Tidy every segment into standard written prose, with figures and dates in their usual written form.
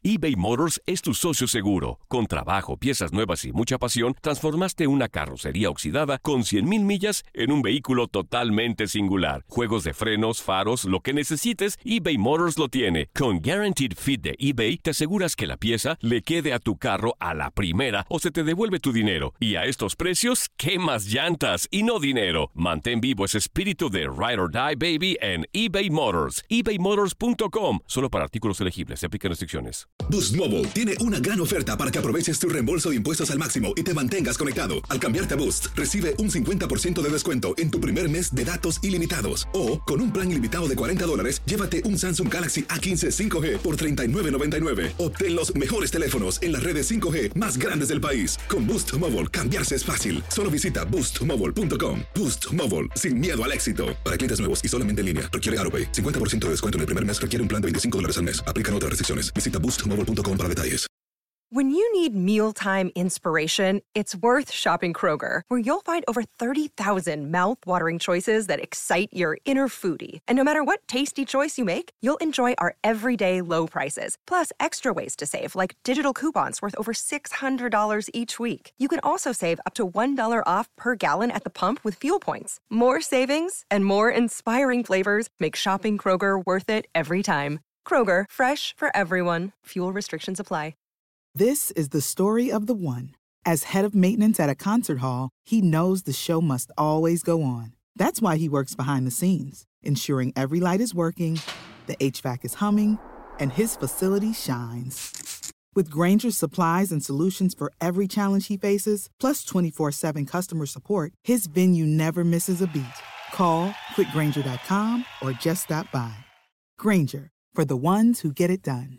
eBay Motors es tu socio seguro. Con trabajo, piezas nuevas y mucha pasión, transformaste una carrocería oxidada con 100,000 millas en un vehículo totalmente singular. Juegos de frenos, faros, lo que necesites, eBay Motors lo tiene. Con Guaranteed Fit de eBay, te aseguras que la pieza le quede a tu carro a la primera o se te devuelve tu dinero. Y a estos precios, ¿qué más llantas y no dinero? Mantén vivo ese espíritu de Ride or Die, baby, en eBay Motors. ebaymotors.com. Solo para artículos elegibles. Se aplican restricciones. Boost Mobile tiene una gran oferta para que aproveches tu reembolso de impuestos al máximo y te mantengas conectado. Al cambiarte a Boost, recibe un 50% de descuento en tu primer mes de datos ilimitados. O, con un plan ilimitado de $40, llévate un Samsung Galaxy A15 5G por $39.99. Obtén los mejores teléfonos en las redes 5G más grandes del país. Con Boost Mobile, cambiarse es fácil. Solo visita boostmobile.com. Boost Mobile, sin miedo al éxito. Para clientes nuevos y solamente en línea, requiere AutoPay. 50% de descuento en el primer mes requiere un plan de $25 al mes. Aplican otras restricciones. Visita boostmobile.com para detalles. When you need mealtime inspiration, it's worth shopping Kroger, where you'll find over 30,000 mouth-watering choices that excite your inner foodie. And no matter what tasty choice you make, you'll enjoy our everyday low prices, plus extra ways to save, like digital coupons worth over $600 each week. You can also save up to $1 off per gallon at the pump with fuel points. More savings and more inspiring flavors make shopping Kroger worth it every time. Kroger, fresh for everyone. Fuel restrictions apply. This is the story of the one. As head of maintenance at a concert hall, he knows the show must always go on. That's why he works behind the scenes, ensuring every light is working, the HVAC is humming, and his facility shines. With Grainger's supplies and solutions for every challenge he faces, plus 24/7 customer support, his venue never misses a beat. Call quickgrainger.com or just stop by. Grainger, for the ones who get it done.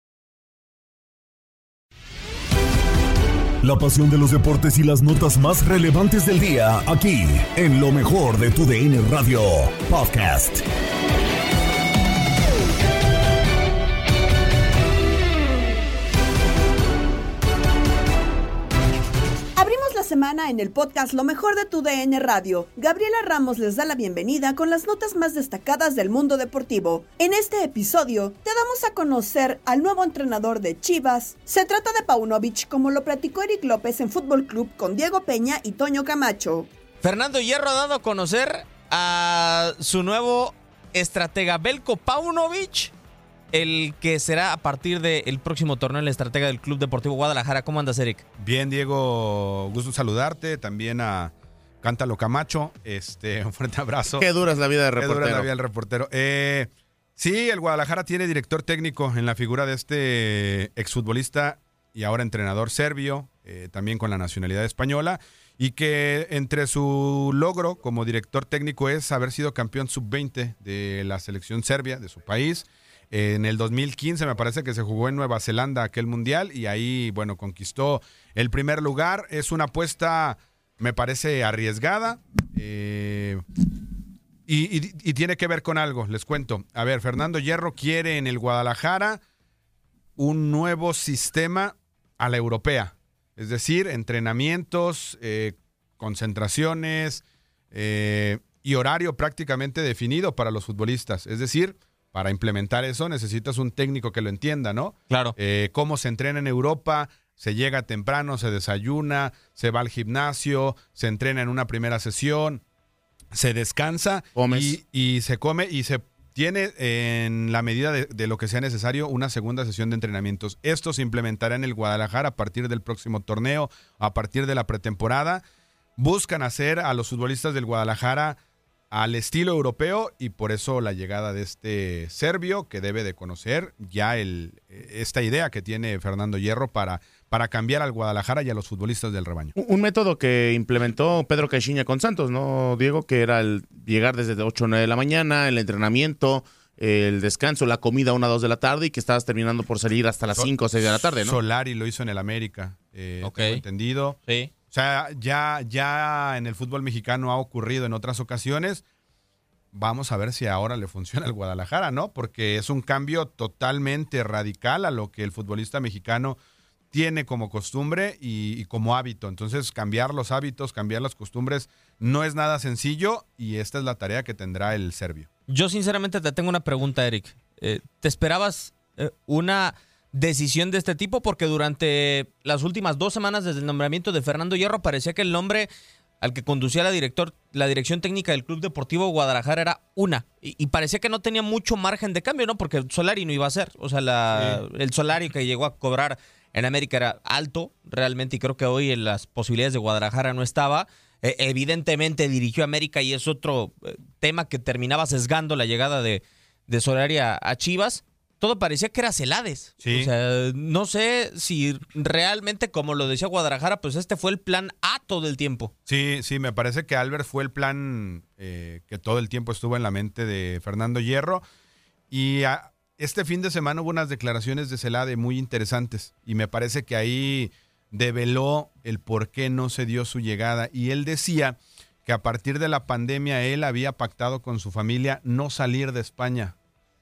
La pasión de los deportes y las notas más relevantes del día, aquí, en lo mejor de tu DN Radio Podcast. Abrimos la semana en el podcast Lo mejor de tu DN Radio. Gabriela Ramos les da la bienvenida con las notas más destacadas del mundo deportivo. En este episodio te damos a conocer al nuevo entrenador de Chivas. Se trata de Paunovic, como lo platicó Eric López en Fútbol Club con Diego Peña y Toño Camacho. Fernando Hierro ha dado a conocer a su nuevo estratega Veljko Paunovic, el que será a partir del próximo torneo el estratega del Club Deportivo Guadalajara. ¿Cómo andas, Eric? Bien, Diego, gusto saludarte. También a Cántalo Camacho, un fuerte abrazo. Qué dura es la vida de reportero. Qué dura es la vida del reportero. Sí, el Guadalajara tiene director técnico en la figura de este exfutbolista y ahora entrenador serbio, también con la nacionalidad española, y que entre su logro como director técnico es haber sido campeón sub-20 de la selección serbia de su país. En el 2015 me parece que se jugó en Nueva Zelanda aquel mundial y ahí, bueno, conquistó el primer lugar. Es una apuesta, me parece, arriesgada y tiene que ver con algo, les cuento. A ver, Fernando Hierro quiere en el Guadalajara un nuevo sistema a la europea. Es decir, entrenamientos, concentraciones y horario prácticamente definido para los futbolistas. Es decir, para implementar eso necesitas un técnico que lo entienda, ¿no? Claro. Cómo se entrena en Europa, se llega temprano, se desayuna, se va al gimnasio, se entrena en una primera sesión, se descansa y se come y se tiene en la medida de lo que sea necesario una segunda sesión de entrenamientos. Esto se implementará en el Guadalajara a partir del próximo torneo, a partir de la pretemporada. Buscan hacer a los futbolistas del Guadalajara al estilo europeo y por eso la llegada de este serbio que debe de conocer ya esta idea que tiene Fernando Hierro para cambiar al Guadalajara y a los futbolistas del rebaño. Un método que implementó Pedro Caixinha con Santos, ¿no, Diego? Que era el llegar desde 8 o 9 de la mañana, el entrenamiento, el descanso, la comida 1 a 2 de la tarde y que estabas terminando por salir hasta las 5 o 6 de la tarde, ¿no? Solari lo hizo en el América, tengo entendido. Sí. O sea, ya en el fútbol mexicano ha ocurrido en otras ocasiones. Vamos a ver si ahora le funciona al Guadalajara, ¿no? Porque es un cambio totalmente radical a lo que el futbolista mexicano tiene como costumbre y como hábito. Entonces, cambiar los hábitos, cambiar las costumbres no es nada sencillo y esta es la tarea que tendrá el serbio. Yo sinceramente te tengo una pregunta, Eric. ¿Te esperabas una decisión de este tipo, porque durante las últimas 2 semanas desde el nombramiento de Fernando Hierro parecía que el nombre al que conducía la dirección técnica del Club Deportivo Guadalajara era una, y parecía que no tenía mucho margen de cambio, ¿no? Porque Solari no iba a ser, o sea, el salario que llegó a cobrar en América era alto realmente, y creo que hoy en las posibilidades de Guadalajara no estaba. Evidentemente dirigió a América y es otro tema que terminaba sesgando la llegada de Solari a Chivas. Todo parecía que era Celades. Sí. O sea, no sé si realmente, como lo decía Guadalajara, pues este fue el plan A todo el tiempo. Sí, me parece que Albert fue el plan que todo el tiempo estuvo en la mente de Fernando Hierro. Y este fin de semana hubo unas declaraciones de Celade muy interesantes. Y me parece que ahí develó el por qué no se dio su llegada. Y él decía que a partir de la pandemia él había pactado con su familia no salir de España.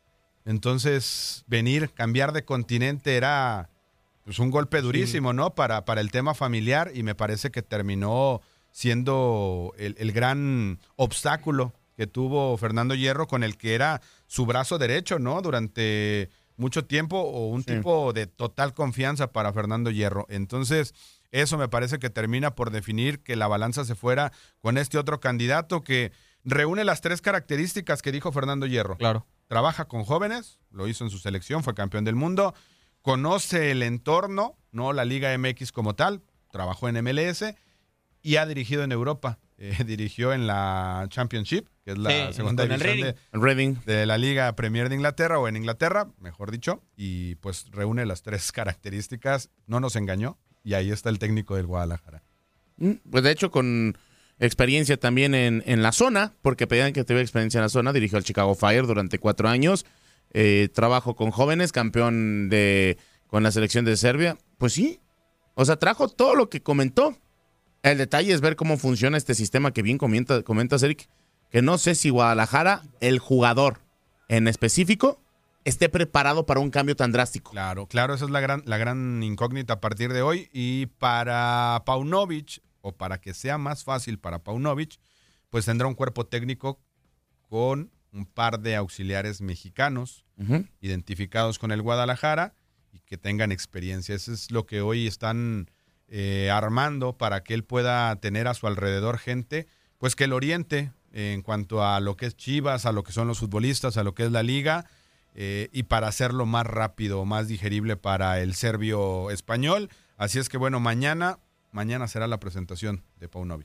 Entonces, cambiar de continente era pues un golpe durísimo, ¿no? Para el tema familiar, y me parece que terminó siendo el gran obstáculo que tuvo Fernando Hierro, con el que era su brazo derecho, ¿no? Durante mucho tiempo, o un tipo de total confianza para Fernando Hierro. Entonces, eso me parece que termina por definir que la balanza se fuera con este otro candidato que reúne las 3 características que dijo Fernando Hierro. Claro. Trabaja con jóvenes, lo hizo en su selección, fue campeón del mundo, conoce el entorno, no la Liga MX como tal, trabajó en MLS y ha dirigido en Europa. Dirigió en la Championship, que es la segunda división de la Liga Premier de Inglaterra, o en Inglaterra, mejor dicho, y pues reúne las 3 características, no nos engañó, y ahí está el técnico del Guadalajara. Pues de hecho con experiencia también en la zona, porque pedían que tuviera experiencia en la zona, dirigió al Chicago Fire durante 4 años, trabajo con jóvenes, campeón con la selección de Serbia, pues sí, o sea, trajo todo lo que comentó. El detalle es ver cómo funciona este sistema que bien comentas, Eric, que no sé si Guadalajara, el jugador en específico, esté preparado para un cambio tan drástico. Claro, esa es la gran incógnita a partir de hoy, y para Paunovic, o para que sea más fácil para Paunovic, pues tendrá un cuerpo técnico con un par de auxiliares mexicanos identificados con el Guadalajara y que tengan experiencia. Eso es lo que hoy están armando para que él pueda tener a su alrededor gente pues que lo oriente en cuanto a lo que es Chivas, a lo que son los futbolistas, a lo que es la liga, y para hacerlo más rápido, más digerible para el serbio español. Así es que bueno, mañana será la presentación de Paunovic.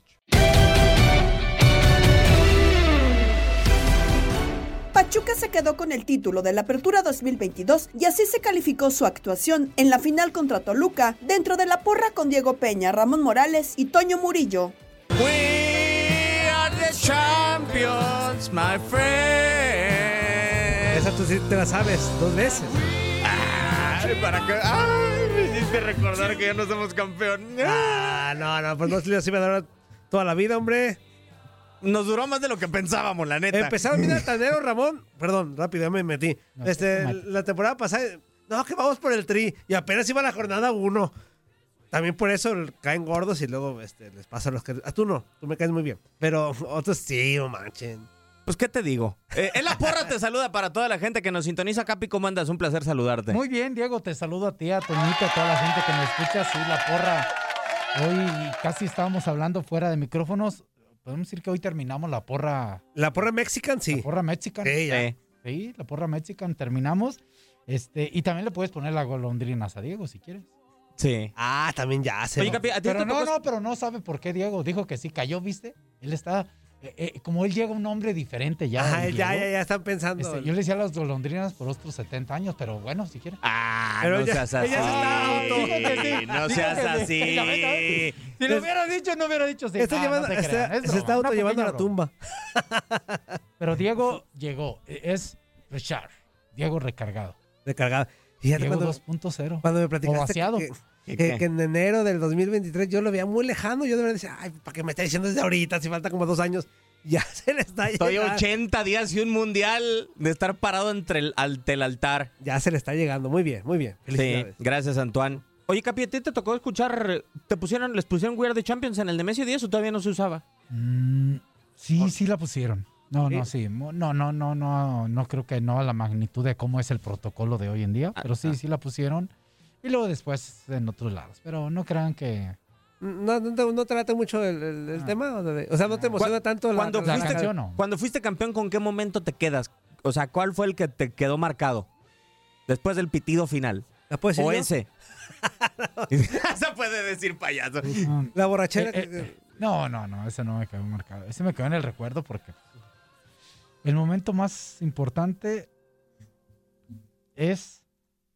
Pachuca se quedó con el título de la Apertura 2022 y así se calificó su actuación en la final contra Toluca, dentro de la porra con Diego Peña, Ramón Morales y Toño Murillo. We are the champions, my friend. Esa tú sí te la sabes 2 veces. Me hiciste recordar que ya no somos campeón. No, pues no se les iba a dar toda la vida, hombre. Nos duró más de lo que pensábamos, la neta. Empezaron bien altanero, Ramón. Perdón, rápido, ya me metí. La temporada pasada, no, que vamos por el tri. Y apenas iba la jornada 1. También por eso caen gordos y luego les pasa a los que... tú no, tú me caes muy bien. Pero otros sí, no manchen. Pues, ¿qué te digo? La porra te saluda para toda la gente que nos sintoniza. Capi, ¿cómo andas? Un placer saludarte. Muy bien, Diego, te saludo a ti, a Toñito, a toda la gente que nos escucha. Sí, la porra. Hoy casi estábamos hablando fuera de micrófonos. Podemos decir que hoy terminamos la porra. ¿La porra Mexican? Sí. La porra Mexican. Sí, ya. Sí, la porra Mexican terminamos. Y también le puedes poner la golondrinas a Diego si quieres. Sí. También ya se. Oye, Capi, ¿a ti pero no sabe por qué Diego dijo que sí cayó, ¿viste? Él está... como él llega un hombre diferente ya. Ya están pensando. Yo le decía a las golondrinas por otros 70 años, pero bueno, si quieres. Pero no seas así. No seas así. Si lo hubiera dicho, no hubiera dicho sí. Se está auto llevando a la tumba. Pero Diego llegó. Es Richard. Diego recargado. Fíjate, Diego 2.0. Cuando me platicaste que en enero del 2023 yo lo veía muy lejano, yo debería decir, ¿para qué me está diciendo desde ahorita? Si falta como 2 años. Ya se le está llegando. Estoy 80 días y un mundial de estar parado ante el altar. Ya se le está llegando. Muy bien, muy bien. Felicidades. Sí, gracias, Antoine. Oye, Capi, ¿a ti te tocó escuchar? ¿Les pusieron We Are the Champions en el Nemesio 10 o todavía no se usaba? Sí la pusieron. No, creo que no a la magnitud de cómo es el protocolo de hoy en día, pero sí la pusieron. y luego después en otros lados. Pero no crean que... No te late mucho el tema, o sea, no te emociona tanto cuando cuando fuiste campeón, ¿con qué momento te quedas? O sea, ¿cuál fue el que te quedó marcado? Después del pitido final. ¿La puedes decir o yo? ese. Eso puede decir payaso. La borrachera. No, ese no me quedó marcado. Ese me quedó en el recuerdo porque el momento más importante es...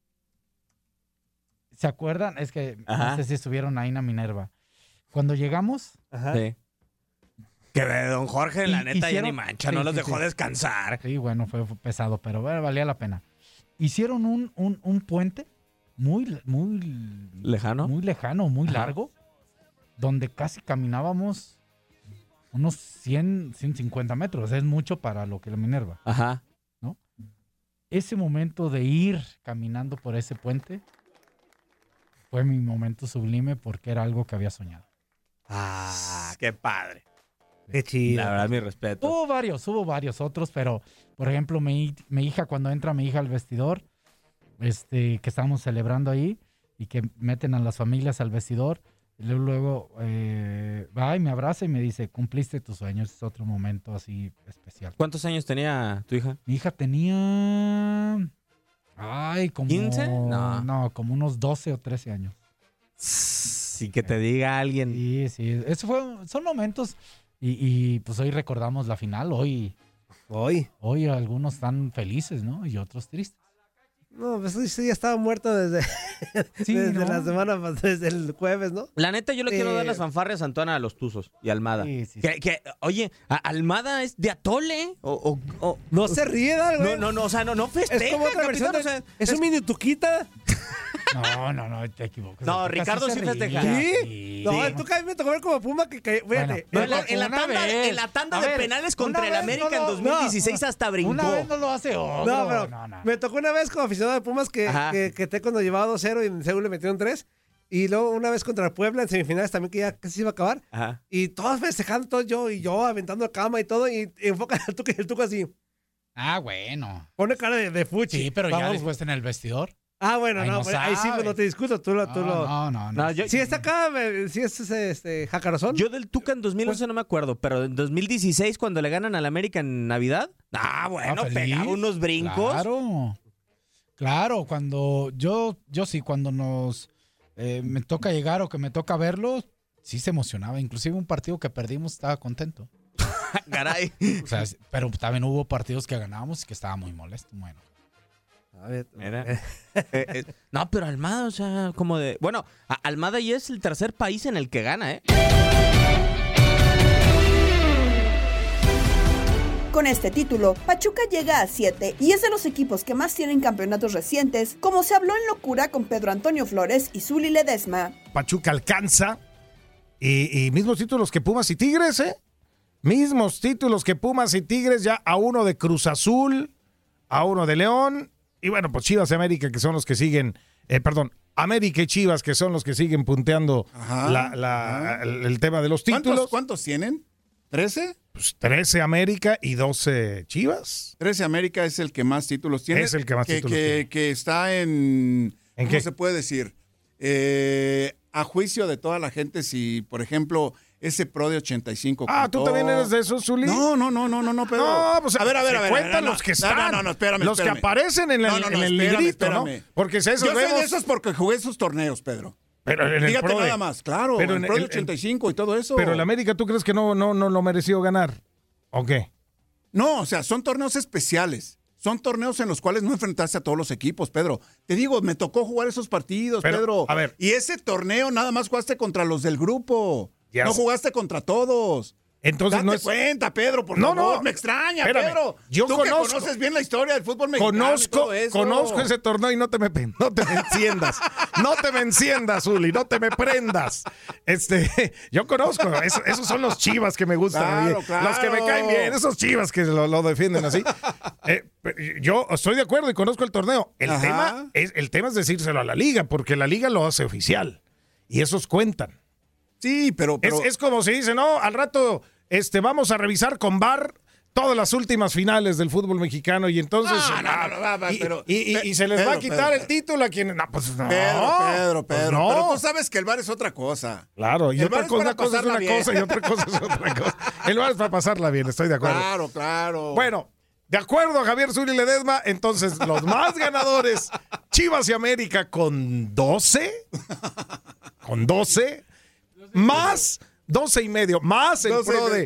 ¿Se acuerdan? Es que no sé si estuvieron ahí en la Minerva. Cuando llegamos... Sí. Que de don Jorge, la neta, ya ni mancha, no los dejó descansar. Sí, bueno, fue pesado, pero bueno, valía la pena. Hicieron un puente muy lejano, muy largo, donde casi caminábamos unos 150 metros. Es mucho para lo que la Minerva. Ajá. ¿No? Ese momento de ir caminando por ese puente fue mi momento sublime porque era algo que había soñado. Ah, qué padre. Qué chido. La verdad, mi respeto. Hubo varios otros, pero por ejemplo, mi hija, cuando entra mi hija al vestidor, que estábamos celebrando ahí y que meten a las familias al vestidor, y luego va y me abraza y me dice, cumpliste tus sueños, es otro momento así especial. ¿Cuántos años tenía tu hija? Mi hija tenía... como... ¿15? No, como unos 12 o 13 años. Sí, que te diga alguien. Sí. Son momentos y pues hoy recordamos la final. Hoy algunos están felices, ¿no? Y otros tristes. No, pues sí, ya estaba muerto desde la semana, desde el jueves, ¿no? La neta, yo le quiero dar las fanfarrias a Antona, a los Tuzos y a Almada. Sí. Oye, Almada es de Atole. No se ríe, güey. No, o sea, no festeja. Es como otra versión. O sea, es un mini tuquita. No, te equivocas. No, Ricardo sí festeja. ¿Sí? No, el Tuca a mí me tocó ver como Puma que fíjate. En la tanda de penales contra el América en 2016 hasta brincó. Una vez no lo hace otro. No, pero me tocó una vez como aficionado de Pumas que cuando llevaba 2-0 y en Seúl le metieron 3. Y luego una vez contra el Puebla en semifinales también que ya casi se iba a acabar. Ajá. Y todos festejando, todos yo aventando la cama y todo. Y enfocan al Tuca y el Tuca así. Ah, bueno. Pone cara de fuchi. Sí, pero ya después en el vestidor. Ah, bueno, ahí sí no te discuto, tú lo... No. Sí, está acá, sí es jacarozón. Yo del Tuca en 2011 no me acuerdo, pero en 2016 cuando le ganan al América en Navidad, pegaba unos brincos. Claro, cuando yo sí, cuando me toca llegar o que me toca verlo, sí se emocionaba. Inclusive un partido que perdimos estaba contento. Caray. O sea, pero también hubo partidos que ganábamos y que estaba muy molesto, bueno. A ver, no, pero Almada, o sea, como de... Bueno, Almada ya es el tercer país en el que gana, ¿eh? Con este título, Pachuca llega a 7 y es de los equipos que más tienen campeonatos recientes, como se habló en Locura con Pedro Antonio Flores y Zuli Ledesma. Pachuca alcanza y mismos títulos que Pumas y Tigres, ¿eh? Mismos títulos que Pumas y Tigres, ya a uno de Cruz Azul, a uno de León. Y bueno, pues Chivas y América, que son los que siguen, América y Chivas, que son los que siguen punteando el tema de los títulos. ¿Cuántos tienen? ¿13? Pues 13 América y 12 Chivas. 13 América es el que más títulos tiene. Es el que más títulos tiene. Que está en ¿cómo qué? se puede decir? A juicio de toda la gente, si, por ejemplo, ese Pro de 85. ¿Tú también eres de esos, Zuli? No, Pedro. No, pues a ver. Cuentan los que están. No, espérame. Los que aparecen en el librito, espérame. ¿no? Porque esos Yo vemos... soy de esos porque jugué esos torneos, Pedro. Pero en Fíjate el Pro nada más, claro. pero el Pro de 85 y todo eso. Pero el América, ¿tú crees que no lo mereció ganar? ¿O qué? No, o sea, son torneos especiales. Son torneos en los cuales no enfrentaste a todos los equipos, Pedro. Te digo, me tocó jugar esos partidos, Pedro. A ver. Y ese torneo nada más jugaste contra los del grupo. Ya no jugaste contra todos. Entonces Date no es... cuenta, Pedro, por favor. Me extraña, espérame. Pedro. Tú que conoces bien la historia del fútbol mexicano y todo eso. Conozco ese torneo y no te me enciendas. No te me enciendas, Zuli. No te me prendas. Yo conozco. Esos son los Chivas que me gustan. Claro. Los que me caen bien. Esos Chivas que lo defienden así. Yo estoy de acuerdo y conozco el torneo. El tema es decírselo a la liga, porque la liga lo hace oficial. Y esos cuentan. Sí, pero... Es como si dice, no, al rato vamos a revisar con VAR todas las últimas finales del fútbol mexicano y entonces y se les va a quitar el título a quien pues no. Pedro, pues no. pero tú sabes que el VAR es otra cosa. Claro, y otra cosa, una cosa es una cosa y otra cosa es otra cosa. El VAR es para pasarla bien, estoy de acuerdo. Claro. Bueno, de acuerdo a Javier Zuli Ledesma, entonces los más ganadores, Chivas y América con 12, más 12 y medio, más el pro de...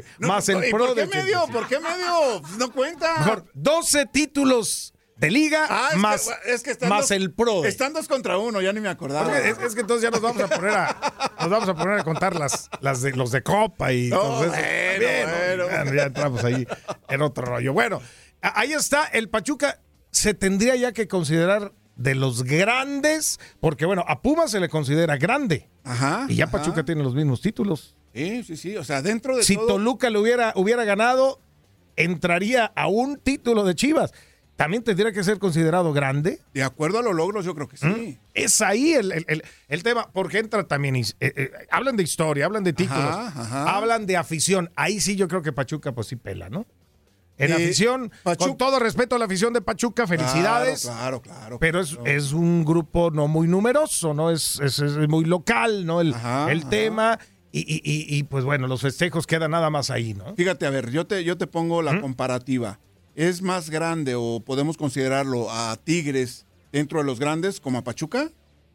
¿Por qué medio? No cuenta. Mejor, 12 títulos de liga más el pro de. Están 2 contra 1, ya ni me acordaba. Es que entonces ya nos vamos a poner a contar las de los de Copa y todo eso. Bueno. Ya entramos ahí en otro rollo. Bueno, ahí está, el Pachuca se tendría ya que considerar de los grandes, porque bueno, a Pumas se le considera grande. Y ya Pachuca tiene los mismos títulos. Sí, o sea, dentro de si todo... Toluca lo hubiera ganado, entraría a un título de Chivas. ¿También tendría que ser considerado grande? De acuerdo a los logros, yo creo que sí. Es ahí el tema, porque entra también, hablan de historia, hablan de títulos, hablan de afición. Ahí sí yo creo que Pachuca pues sí pela, ¿no? En afición, con todo respeto a la afición de Pachuca, felicidades. Claro. Pero es un grupo no muy numeroso, ¿no? Es muy local, ¿no? El tema... Y pues bueno, los festejos quedan nada más ahí, ¿no? Fíjate, a ver, yo te pongo la comparativa. ¿Es más grande o podemos considerarlo a Tigres dentro de los grandes como a Pachuca?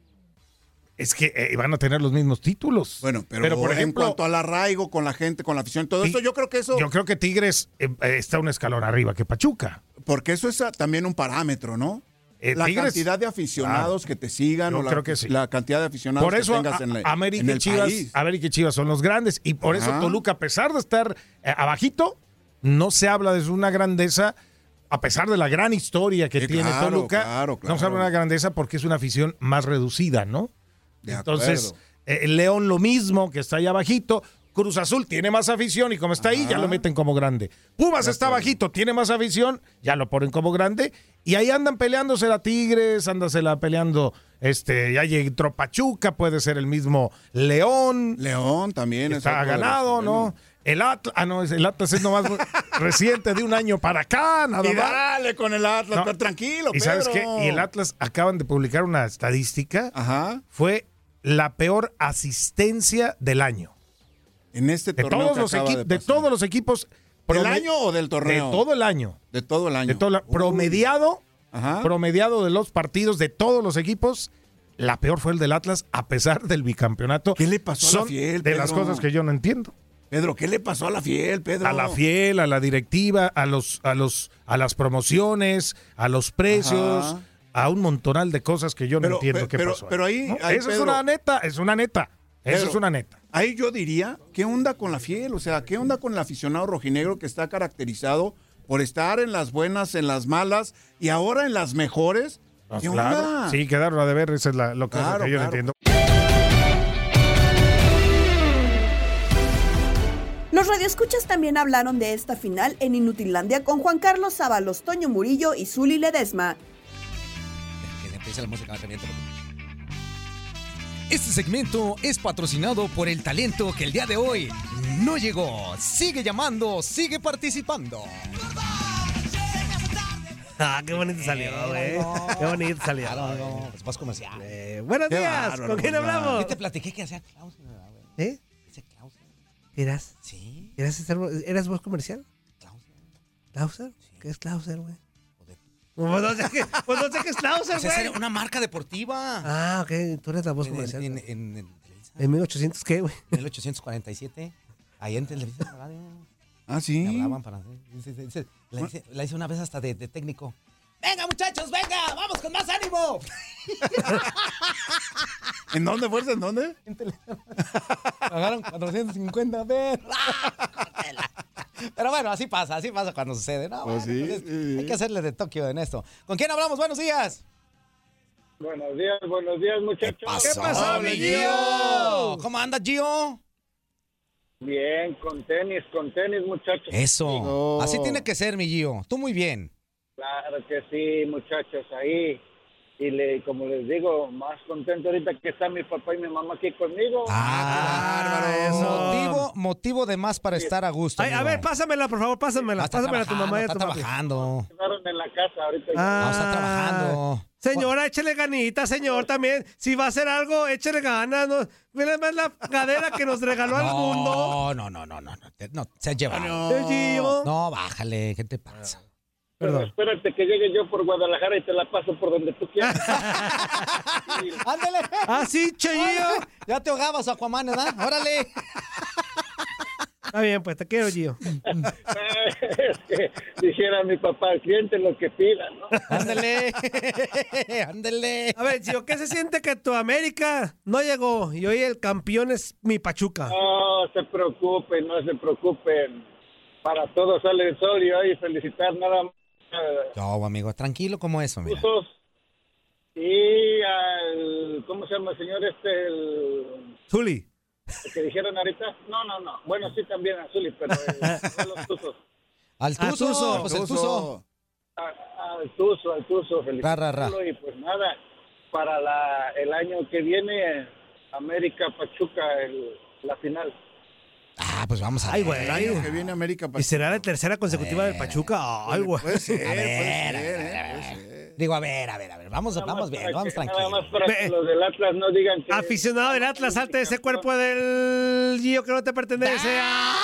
Es que van a tener los mismos títulos. Bueno, pero por ejemplo, en cuanto al arraigo con la gente, con la afición, todo esto, yo creo que eso... Yo creo que Tigres está un escalón arriba que Pachuca. Porque eso es también un parámetro, ¿no? La Tigres, cantidad de aficionados que te sigan o creo que sí. La cantidad de aficionados por eso, que tengas en el país. América y Chivas son los grandes y por eso Toluca, a pesar de estar abajito, no se habla de una grandeza, a pesar de la gran historia que tiene Toluca, no se habla de una grandeza porque es una afición más reducida, ¿no? Entonces, León lo mismo, que está ahí abajito. Cruz Azul tiene más afición y como está ahí, ya lo meten como grande. Pumas está bajito, tiene más afición, ya lo ponen como grande. Y ahí andan peleándose la Tigres, ándasela peleando, ya llegó Pachuca, puede ser el mismo León. León también. Está ganado, ¿no? El Atlas es nomás reciente de un año para acá, nada más. Dale con el Atlas, pero tranquilo, ¿Y sabes qué? Y el Atlas acaban de publicar una estadística. Fue la peor asistencia del año. En este torneo de todos los equipos. ¿Del año o del torneo? De todo el año. De todo el año. Promediado de los partidos de todos los equipos, la peor fue el del Atlas, a pesar del bicampeonato. ¿Qué le pasó a la Fiel, Pedro? De las cosas que yo no entiendo. Pedro, ¿qué le pasó a la Fiel, Pedro? A la Fiel, a la directiva, a las promociones, a los precios, a un montonal de cosas que yo no entiendo qué pasó. Pero ahí, ¿no? Eso es una neta. Eso es una neta. Ahí yo diría, ¿qué onda con la Fiel? O sea, ¿qué onda con el aficionado rojinegro que está caracterizado por estar en las buenas, en las malas y ahora en las mejores? ¿Qué onda? Sí, quedaron a deber, eso es lo que yo no entiendo. Los radioescuchas también hablaron de esta final en Inutilandia con Juan Carlos Sábalos, Toño Murillo y Zuli Ledesma. Que empiece la música, Este segmento es patrocinado por el talento que el día de hoy no llegó. Sigue llamando, sigue participando. Qué bonito salió, güey. Qué bonito salió. Es más comercial. Buenos días, ¿con quién hablamos? Yo te platiqué que hacía Klauser, güey. Ese Klauser. ¿Eras? Sí. ¿Eras voz comercial? ¿Klauser? Sí. ¿Qué es Klauser, güey? Pues no sé qué es Klauser, güey. Es una marca deportiva. Ah, ok. Tú eres la voz comercial. ¿En 1800 qué, güey? En 1847. Ahí en Televisa Radio. Ah, sí. Me hablaban para... La hice una vez hasta de técnico. ¡Venga, muchachos, venga! ¡Vamos con más ánimo! ¿En dónde, fuerza? ¿En dónde? En Televisa. Pagaron 450. Pero bueno, así pasa cuando sucede, ¿no? Pues sí, hay que hacerle de Tokio en esto. ¿Con quién hablamos? Buenos días. Buenos días, muchachos. ¿Qué pasó, mi Gio? ¿Cómo anda, Gio? Bien, con tenis, muchachos. Eso, así tiene que ser, mi Gio. Tú muy bien. Claro que sí, muchachos, ahí y como les digo, más contento ahorita que está mi papá y mi mamá aquí conmigo. Motivo de más para estar a gusto. Ay, a ver, pásamela, por favor, pásamela. Pásamela a tu mamá y a tu está papi. trabajando. Quedaron en la casa ahorita. No, está trabajando. Señora, échele ganita, señor, también. Si va a hacer algo, échele ganas. No, mira más la cadera que nos regaló al mundo. No, se ha llevado. No, bájale, ¿qué te pasa? Pero espérate que llegue yo por Guadalajara y te la paso por donde tú quieras. ¡Ándale! ¡Ah, sí, Chayillo! Ya te ahogabas, Aquaman, ¿verdad? ¡Órale! Está bien, pues te quiero, Gio. Es que dijera mi papá, al cliente lo que pida, ¿no? ¡Ándale! ¡Ándale! A ver, Gio, ¿qué se siente que tu América no llegó y hoy el campeón es mi Pachuca? No se preocupen, no se preocupen. Para todos sale el sol y hoy felicitar nada más. No, amigo, tranquilo como eso, mira. Y al, ¿cómo se llama el señor el Zuli. ¿El que dijeron ahorita? No. Bueno, sí también a Zuli, pero no los Tuzos. Al Tuzo, pues el Tuzo. Al Tuzo, felicitarlo. Y pues nada, para el año que viene, América Pachuca, la final. Ah, pues vamos a ver. Ay, güey. El año que viene América Pachuca. ¿Y será la tercera consecutiva del Pachuca? Ay, güey. Puede ser, a ver. Digo, a ver. Vamos bien, vamos tranquilos. Nada más para que los del Atlas no digan que... Aficionado del Atlas, salte de ese cuerpo del Gio que no te pertenece.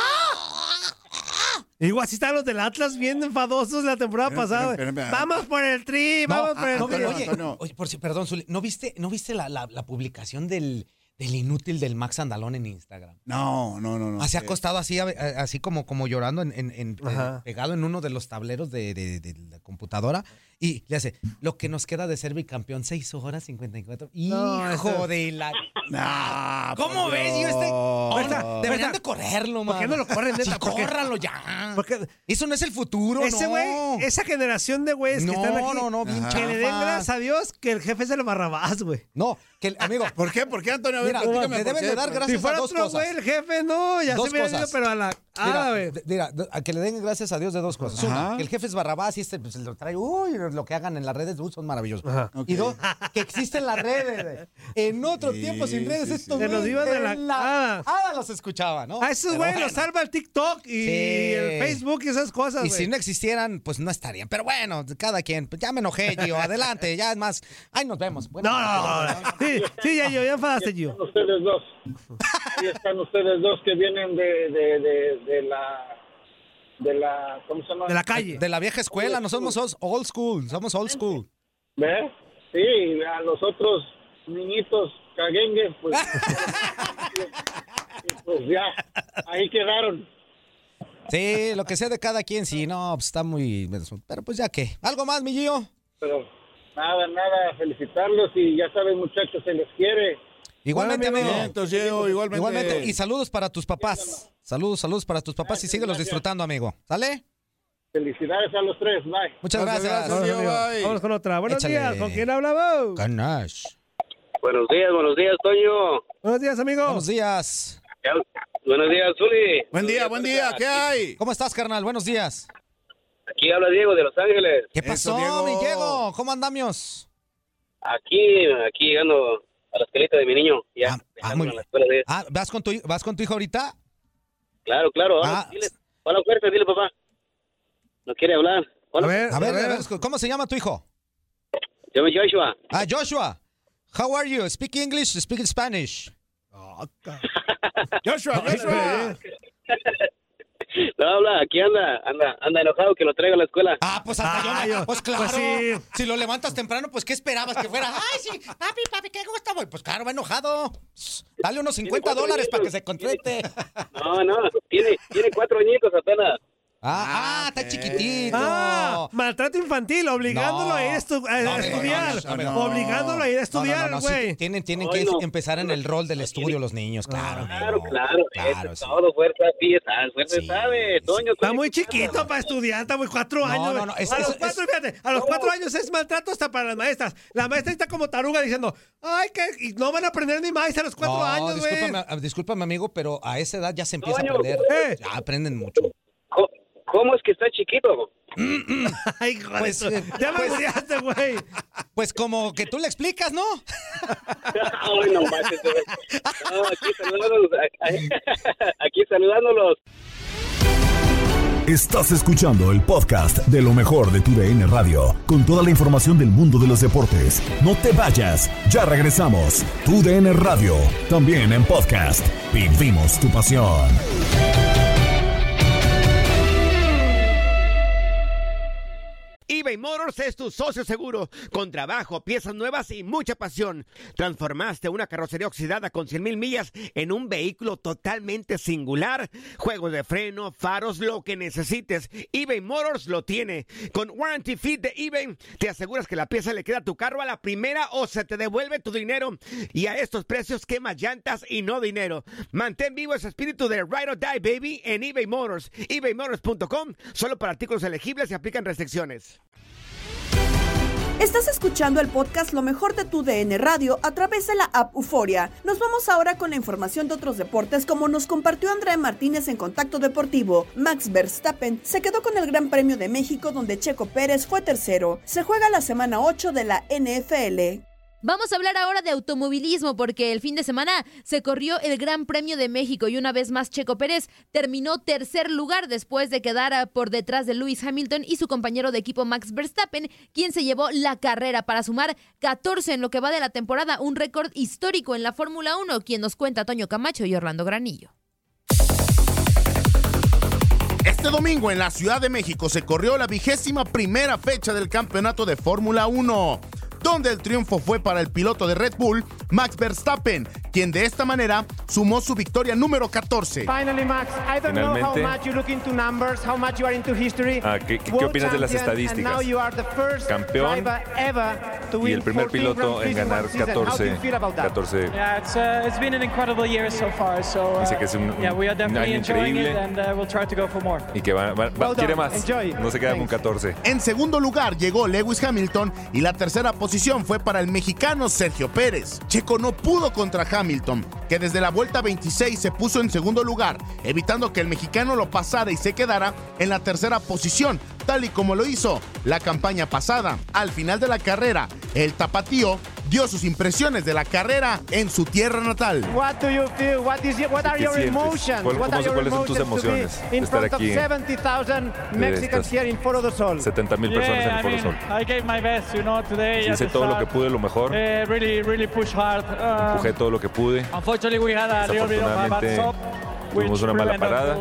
Igual así están los del Atlas bien enfadosos la temporada pasada. Espérame. Vamos por el tri, vamos por el tri. Oye, perdón, Zuli, ¿no viste la publicación del inútil del Max Andalón en Instagram? No. Se ha acostado así como llorando pegado en uno de los tableros de la computadora y le hace, lo que nos queda de ser bicampeón, 6 horas 54. Hijo de la... ¿Cómo ves? Deberían de correrlo, man. ¿Por qué no lo corren, neta? Sí, córranlo ya. Porque eso no es el futuro, ese güey, esa generación de güeyes que están aquí, bien que le den gracias a Dios que el jefe es el Barrabás, güey. No, que amigo. ¿Por qué, Antonio? A ver, Mira, le deben de dar gracias si fuera a dos otro cosas. güey, el jefe, no, ya Dos se me ha ido, cosas. pero a la... Mira, a que le den gracias a Dios de dos cosas. Una, que el jefe es Barrabás y pues, lo trae, lo que hagan en las redes son maravillosos. Okay. Y dos, que existen las redes. En otro tiempo sin redes, estos se nos iban de la... los escuchaba, ¿no? A esos güeyes los salva el TikTok y el Facebook y esas cosas, Y güey. si no existieran, pues no estarían. Pero bueno, cada quien. Pues ya me enojé, Gio. Adelante, ya es más. Ay, nos vemos. Bueno, No. Sí, ya enfadaste, Gio. Ustedes dos. Ahí están ustedes dos que vienen de la ¿cómo se llama? De la calle. De la vieja escuela, no somos old school, somos old school. ¿Ves? Sí, a los otros niñitos caguengues, pues, pues ya, ahí quedaron. Sí, lo que sea de cada quien, sí, no, pues está muy... Pero pues ya qué. ¿Algo más, mi Gio? Pero nada, felicitarlos y ya saben, muchachos, se les quiere. Igualmente, amigo. Igualmente. Y saludos para tus papás. Saludos para tus papás y síguelos disfrutando, amigo. ¿Sale? Felicidades a los tres, bye. Muchas gracias. Vamos con otra. Buenos Échale. días, ¿con quién hablamos? Ganash. Buenos días, Toño. Buenos días, amigo. Buenos días. Buenos días, Zuli. Buen día, ¿qué hay? ¿Cómo estás, carnal? Buenos días. Aquí habla Diego de Los Ángeles. ¿Qué pasó, mi Diego? ¿Cómo andamos? Aquí llegando a la escuelita de mi niño. Ya, muy a la escuela de... ¿vas con tu hijo ahorita? Claro. Dile, hola, fuerte, dile, papá. No quiere hablar. Hola. A ver, ¿cómo se llama tu hijo? Se llama Joshua. Joshua. How are you? Speak English, speak Spanish. Joshua. No habla, aquí anda enojado que lo traiga a la escuela. Pues hasta yo. Pues claro. Pues sí. Si lo levantas temprano, pues ¿qué esperabas que fuera? Ay, sí, papi, qué gusto, güey. Pues claro, va enojado. Dale unos $50 para que se contrete. No, tiene 4 añitos apenas. Está chiquitito. Maltrato infantil, obligándolo a ir a estudiar. Obligándolo a ir a estudiar, güey. Sí, tienen que empezar en el rol del estudio los niños, claro. Claro. Es todo, fuerza, sabe, Toño. Está muy chiquito para estudiar, está muy 4 años. No, a los 4 años es maltrato hasta para las maestras. La maestra está como taruga diciendo, y no van a aprender ni más a los 4 años, güey. Discúlpame, amigo, pero a esa edad ya se empieza a aprender. Ya aprenden mucho. ¿Cómo es que está chiquito? Ay, pues, ya me odiaste, güey. Pues como que tú le explicas, ¿no? Ay, no manches, güey. No, aquí saludándolos. Estás escuchando el podcast de lo mejor de tu DN Radio, con toda la información del mundo de los deportes. No te vayas, ya regresamos. Tu DN Radio, también en podcast. Vivimos tu pasión. eBay Motors es tu socio seguro, con trabajo, piezas nuevas y mucha pasión. Transformaste una carrocería oxidada con 100,000 millas en un vehículo totalmente singular. Juegos de freno, faros, lo que necesites, eBay Motors lo tiene. Con Warranty Fit de eBay, te aseguras que la pieza le queda a tu carro a la primera o se te devuelve tu dinero. Y a estos precios, quemas llantas y no dinero. Mantén vivo ese espíritu de Ride or Die, baby, en eBay Motors. ebaymotors.com, solo para artículos elegibles y aplican restricciones. Estás escuchando el podcast Lo Mejor de tu DN Radio a través de la app Euforia. Nos vamos ahora con la información de otros deportes, como nos compartió Andrea Martínez en Contacto Deportivo. Max Verstappen se quedó con el Gran Premio de México, donde Checo Pérez fue tercero. Se juega la semana 8 de la NFL. Vamos a hablar ahora de automovilismo porque el fin de semana se corrió el Gran Premio de México y una vez más Checo Pérez terminó tercer lugar después de quedar por detrás de Lewis Hamilton y su compañero de equipo Max Verstappen, quien se llevó la carrera para sumar 14 en lo que va de la temporada, un récord histórico en la Fórmula 1, quien nos cuenta Toño Camacho y Orlando Granillo. Este domingo en la Ciudad de México se corrió la 21ª fecha del campeonato de Fórmula 1. donde el triunfo fue para el piloto de Red Bull, Max Verstappen, quien de esta manera sumó su victoria número 14. Finally, Max, I don't know how much you look into numbers, how much you are into history. ¿Qué opinas de las estadísticas? Campeón y el primer piloto en ganar 14. Yeah, it's been an incredible year so far. So, dice que es un año increíble we'll try to go for more. Y que quiere más. Enjoy. No se queda con 14. En segundo lugar llegó Lewis Hamilton y la tercera posición fue para el mexicano Sergio Pérez. Checo no pudo contra Hamilton, que desde la vuelta 26 se puso en segundo lugar, evitando que el mexicano lo pasara y se quedara en la tercera posición, tal y como lo hizo la campaña pasada. Al final de la carrera, el tapatío dio sus impresiones de la carrera en su tierra natal. What do you feel? What are your emotions? ¿Cuáles son tus emociones de estar aquí? 70,000 Mexicans here in Foro do Sol. 70,000 personas en el Foro Sol. I gave my best, today. Hice todo lo que pude, lo mejor. Really push hard. Empujé todo lo que pude. Unfortunately, we had a little bit of a bad stop, tuvimos una mala parada.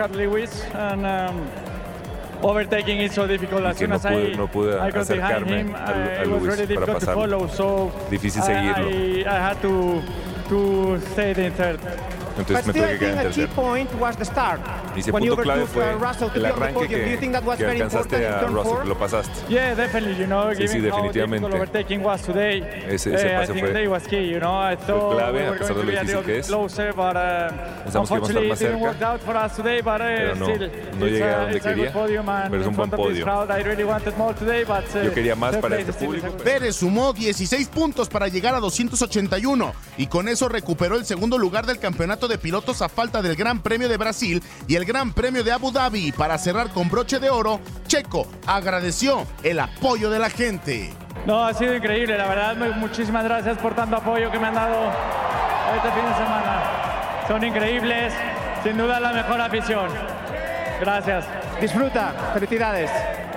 Overtaking is so difficult. As soon as no pude acercarme a Lewis para pasarlo. Difícil seguirlo. I had to stay in third. Entonces me tuve que quedar en tercero. Y ese punto clave fue el arranque que alcanzaste a Russell, que lo pasasaste. Sí, definitivamente. Ese pase fue clave, a pesar de lo difícil que es. Pensamos que íbamos a estar más cerca, pero no llegué a donde quería, pero es un buen podio. Yo quería más para este público. Pérez sumó 16 puntos para llegar a 281 y con eso recuperó el segundo lugar del campeonato de pilotos a falta del Gran Premio de Brasil y el Gran Premio de Abu Dhabi. Para cerrar con broche de oro, Checo agradeció el apoyo de la gente. No, ha sido increíble, la verdad, muchísimas gracias por tanto apoyo que me han dado este fin de semana. Son increíbles, sin duda la mejor afición. Gracias. Disfruta, felicidades.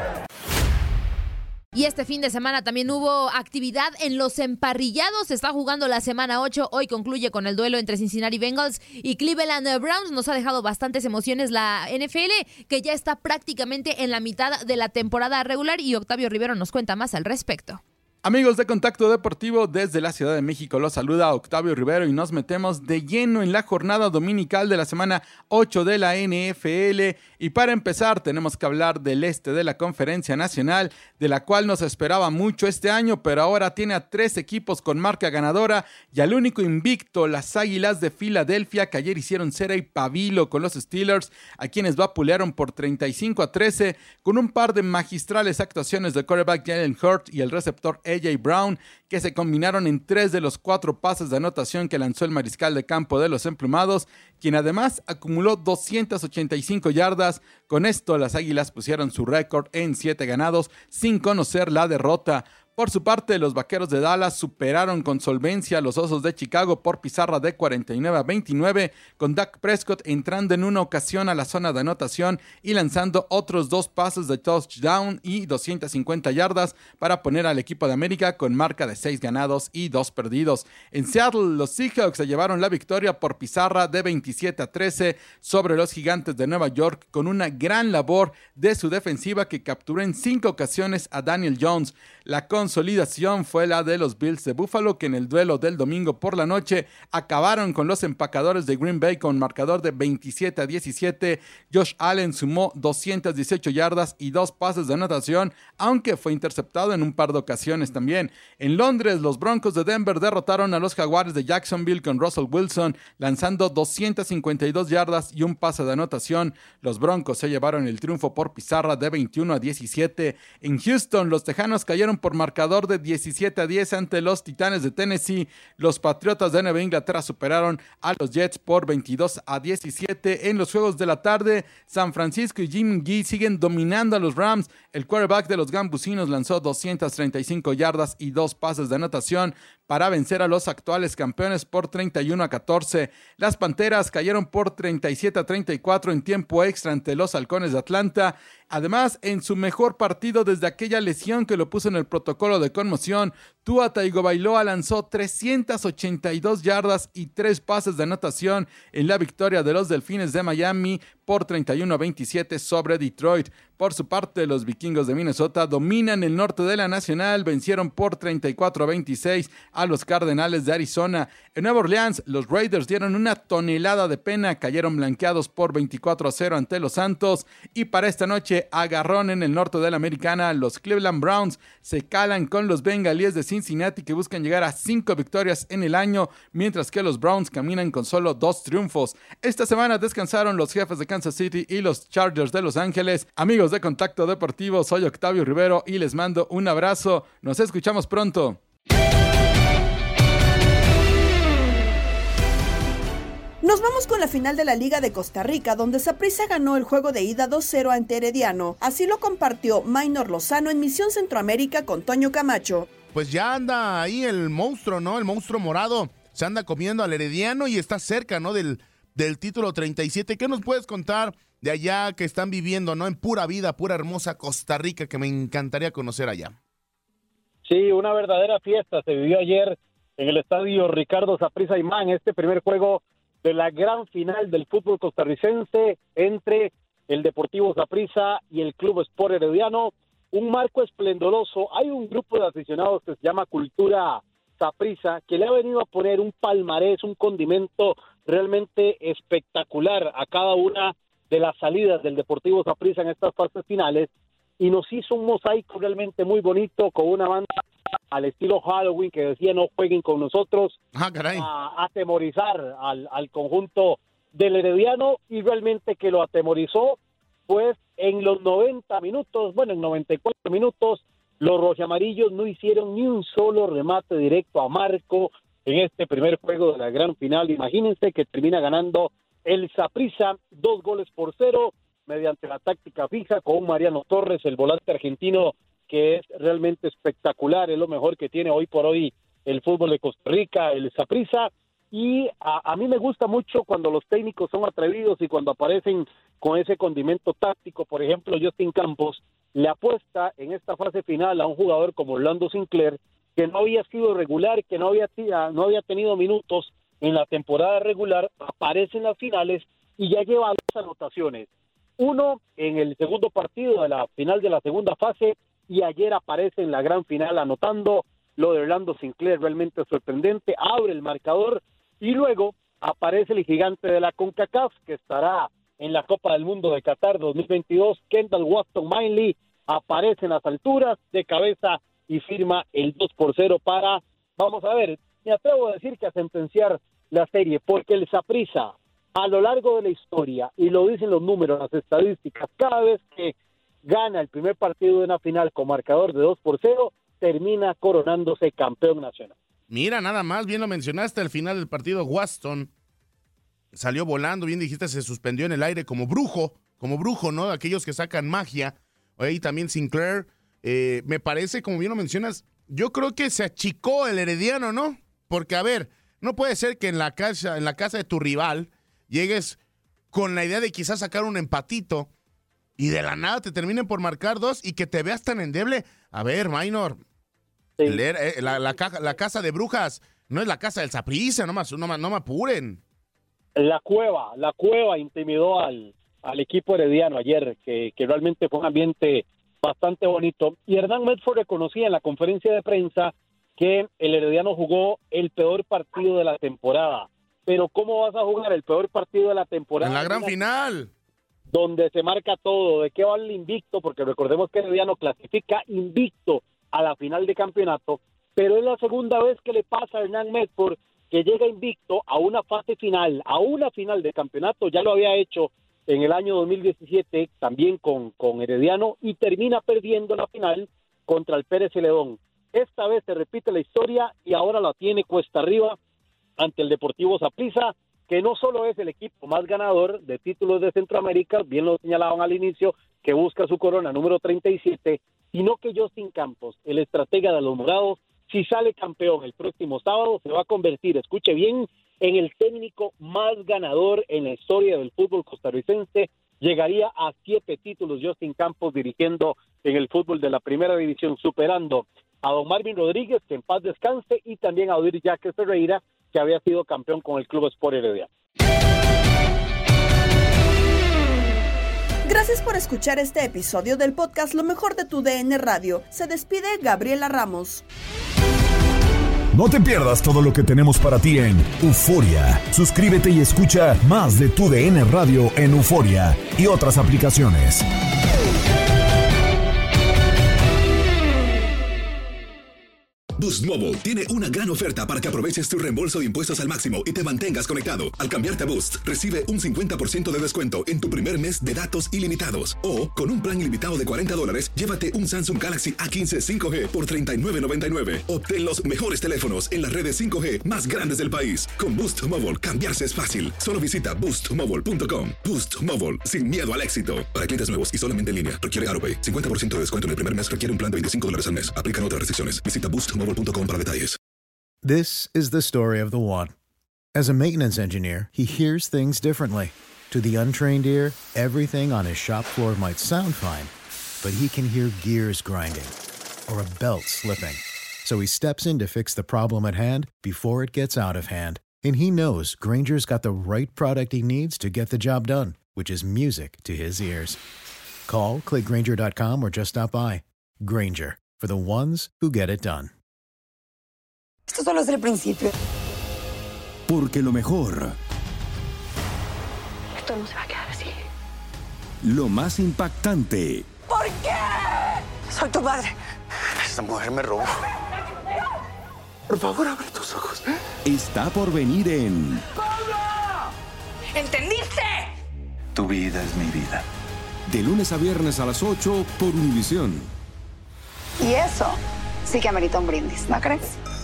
Y este fin de semana también hubo actividad en los emparrillados. Se está jugando la semana 8. Hoy concluye con el duelo entre Cincinnati Bengals y Cleveland Browns. Nos ha dejado bastantes emociones la NFL, que ya está prácticamente en la mitad de la temporada regular. Y Octavio Rivero nos cuenta más al respecto. Amigos de Contacto Deportivo, desde la Ciudad de México los saluda Octavio Rivero y nos metemos de lleno en la jornada dominical de la semana 8 de la NFL. Y para empezar tenemos que hablar del este de la Conferencia Nacional, de la cual nos esperaba mucho este año, pero ahora tiene a 3 equipos con marca ganadora y al único invicto, las Águilas de Filadelfia, que ayer hicieron cera y pabilo con los Steelers, a quienes vapulearon por 35-13 con un par de magistrales actuaciones de quarterback Jalen Hurts y el receptor A.J. Brown, que se combinaron en 3 de los 4 pases de anotación que lanzó el mariscal de campo de los emplumados, quien además acumuló 285 yardas. Con esto, las Águilas pusieron su récord en 7 ganados sin conocer la derrota. Por su parte, los Vaqueros de Dallas superaron con solvencia a los Osos de Chicago por pizarra de 49-29, con Dak Prescott entrando en una ocasión a la zona de anotación y lanzando otros 2 pases de touchdown y 250 yardas para poner al equipo de América con marca de 6 ganados y 2 perdidos. En Seattle, los Seahawks se llevaron la victoria por pizarra de 27-13 sobre los Gigantes de Nueva York, con una gran labor de su defensiva que capturó en 5 ocasiones a Daniel Jones. La consolidación fue la de los Bills de Buffalo, que en el duelo del domingo por la noche acabaron con los empacadores de Green Bay con marcador de 27-17. Josh Allen sumó 218 yardas y 2 pases de anotación, aunque fue interceptado en un par de ocasiones también. En Londres, los Broncos de Denver derrotaron a los Jaguares de Jacksonville con Russell Wilson lanzando 252 yardas y un pase de anotación. Los Broncos se llevaron el triunfo por pizarra de 21-17. En Houston, los Tejanos cayeron por marcador de 17-10 ante los Titanes de Tennessee. Los Patriotas de Nueva Inglaterra superaron a los Jets por 22-17. En los juegos de la tarde, San Francisco y Jimmy G siguen dominando a los Rams. El quarterback de los Gambusinos lanzó 235 yardas y 2 pases de anotación para vencer a los actuales campeones por 31-14. Las Panteras cayeron por 37-34 en tiempo extra ante los Halcones de Atlanta. Además, en su mejor partido desde aquella lesión que lo puso en el protocolo de conmoción, Tua Tagovailoa lanzó 382 yardas y 3 pases de anotación en la victoria de los Delfines de Miami por 31-27 sobre Detroit. Por su parte, los Vikingos de Minnesota dominan el norte de la Nacional, vencieron por 34-26 a los Cardenales de Arizona. En Nueva Orleans, los Raiders dieron una tonelada de pena, cayeron blanqueados por 24-0 ante los Santos. Y para esta noche, agarrón en el norte de la Americana, los Cleveland Browns se calan con los Bengalíes de Cincinnati, que buscan llegar a 5 victorias en el año, mientras que los Browns caminan con solo 2 triunfos. Esta semana descansaron los Jefes de Kansas City y los Chargers de Los Ángeles. Amigos de Contacto Deportivo, soy Octavio Rivero y les mando un abrazo. Nos escuchamos pronto. Nos vamos con la final de la Liga de Costa Rica, donde Saprissa ganó el juego de ida 2-0 ante Herediano. Así lo compartió Maynor Lozano en Misión Centroamérica con Toño Camacho. Pues ya anda ahí el monstruo, ¿no? El monstruo morado se anda comiendo al Herediano y está cerca, ¿no? Del título 37. ¿Qué nos puedes contar de allá que están viviendo, ¿no? En pura vida, pura hermosa Costa Rica, que me encantaría conocer allá. Sí, una verdadera fiesta se vivió ayer en el estadio Ricardo Saprissa Aymán, este primer juego de la gran final del fútbol costarricense entre el Deportivo Saprissa y el Club Sport Herediano. Un marco esplendoroso. Hay un grupo de aficionados que se llama Cultura Saprissa, que le ha venido a poner un palmarés, un condimento realmente espectacular a cada una de las salidas del Deportivo Saprissa en estas fases finales, y nos hizo un mosaico realmente muy bonito con una banda al estilo Halloween que decía no jueguen con nosotros, a atemorizar al conjunto del Herediano, y realmente que lo atemorizó, pues en los 90 minutos, bueno, en 94 minutos, los rojamarillos no hicieron ni un solo remate directo a marco en este primer juego de la gran final. Imagínense que termina ganando el Saprissa 2-0 mediante la táctica fija con un Mariano Torres, el volante argentino, que es realmente espectacular, es lo mejor que tiene hoy por hoy el fútbol de Costa Rica, el Saprissa. Y a mí me gusta mucho cuando los técnicos son atrevidos y cuando aparecen con ese condimento táctico. Por ejemplo, Justin Campos le apuesta en esta fase final a un jugador como Orlando Sinclair, que no había sido regular, que no había tenido minutos en la temporada regular, aparece en las finales y ya lleva 2 anotaciones. Uno en el segundo partido de la final de la segunda fase, y ayer aparece en la gran final anotando. Lo de Orlando Sinclair realmente sorprendente, abre el marcador, y luego aparece el gigante de la CONCACAF, que estará en la Copa del Mundo de Qatar 2022, Kendall Waston-Miley, aparece en las alturas de cabeza y firma el 2-0 para, vamos a ver, me atrevo a decir que a sentenciar la serie, porque el Saprissa, a lo largo de la historia, y lo dicen los números, las estadísticas, cada vez que gana el primer partido de una final con marcador de 2-0, termina coronándose campeón nacional. Mira, nada más, bien lo mencionaste, al final del partido Waston salió volando, bien dijiste, se suspendió en el aire como brujo, ¿no? Aquellos que sacan magia. Ahí también Sinclair, me parece, como bien lo mencionas, yo creo que se achicó el Herediano, ¿no? Porque, a ver, no puede ser que en la casa de tu rival llegues con la idea de quizás sacar un empatito y de la nada te terminen por marcar 2 y que te veas tan endeble. A ver, Maynor, sí. La casa de brujas no es la casa del Saprissa, no me apuren. La cueva intimidó al equipo herediano ayer, que realmente fue un ambiente bastante bonito. Y Hernán Medford reconocía en la conferencia de prensa que el herediano jugó el peor partido de la temporada. Pero ¿cómo vas a jugar el peor partido de la temporada? En la gran final. Donde se marca todo, de qué vale el invicto, porque recordemos que Herediano clasifica invicto a la final de campeonato, pero es la segunda vez que le pasa a Hernán Medford que llega invicto a una fase final, a una final de campeonato. Ya lo había hecho en el año 2017, también con Herediano, y termina perdiendo la final contra el Pérez Celedón. Esta vez se repite la historia y ahora la tiene cuesta arriba ante el Deportivo Saprissa, que no solo es el equipo más ganador de títulos de Centroamérica, bien lo señalaban al inicio, que busca su corona número 37, sino que Justin Campos, el estratega de los Morados, si sale campeón el próximo sábado, se va a convertir, escuche bien, en el técnico más ganador en la historia del fútbol costarricense. Llegaría a 7 títulos Justin Campos dirigiendo en el fútbol de la primera división, superando a don Marvin Rodríguez, que en paz descanse, y también a Odir Jacques Ferreira, que había sido campeón con el Club Sport Herediano. Gracias por escuchar este episodio del podcast Lo Mejor de tu DN Radio. Se despide Gabriela Ramos. No te pierdas todo lo que tenemos para ti en Euforia. Suscríbete y escucha más de tu DN Radio en Euforia y otras aplicaciones. Boost Mobile tiene una gran oferta para que aproveches tu reembolso de impuestos al máximo y te mantengas conectado. Al cambiarte a Boost, recibe un 50% de descuento en tu primer mes de datos ilimitados. O, con un plan ilimitado de $40, llévate un Samsung Galaxy A15 5G por $39.99. Obtén los mejores teléfonos en las redes 5G más grandes del país. Con Boost Mobile, cambiarse es fácil. Solo visita boostmobile.com. Boost Mobile, sin miedo al éxito. Para clientes nuevos y solamente en línea, requiere AutoPay. 50% de descuento en el primer mes requiere un plan de $25 al mes. Aplican otras restricciones. Visita boostmobile.com para detalles. This is the story of the one. As a maintenance engineer, he hears things differently. To the untrained ear, everything on his shop floor might sound fine, but he can hear gears grinding or a belt slipping. So he steps in to fix the problem at hand before it gets out of hand. And he knows Grainger's got the right product he needs to get the job done, which is music to his ears. Call, click Grainger.com, or just stop by. Grainger, for the ones who get it done. Esto solo es el principio. Porque lo mejor, Esto no se va a quedar así. lo más impactante, ¿Por qué? Soy tu madre. esta mujer me robó. Por favor, abre tus ojos. Está por venir en ¡Pablo! ¿Entendiste? Tu vida es mi vida. De lunes a viernes a las 8 por Univisión. Y eso sí que amerita un brindis, ¿no crees?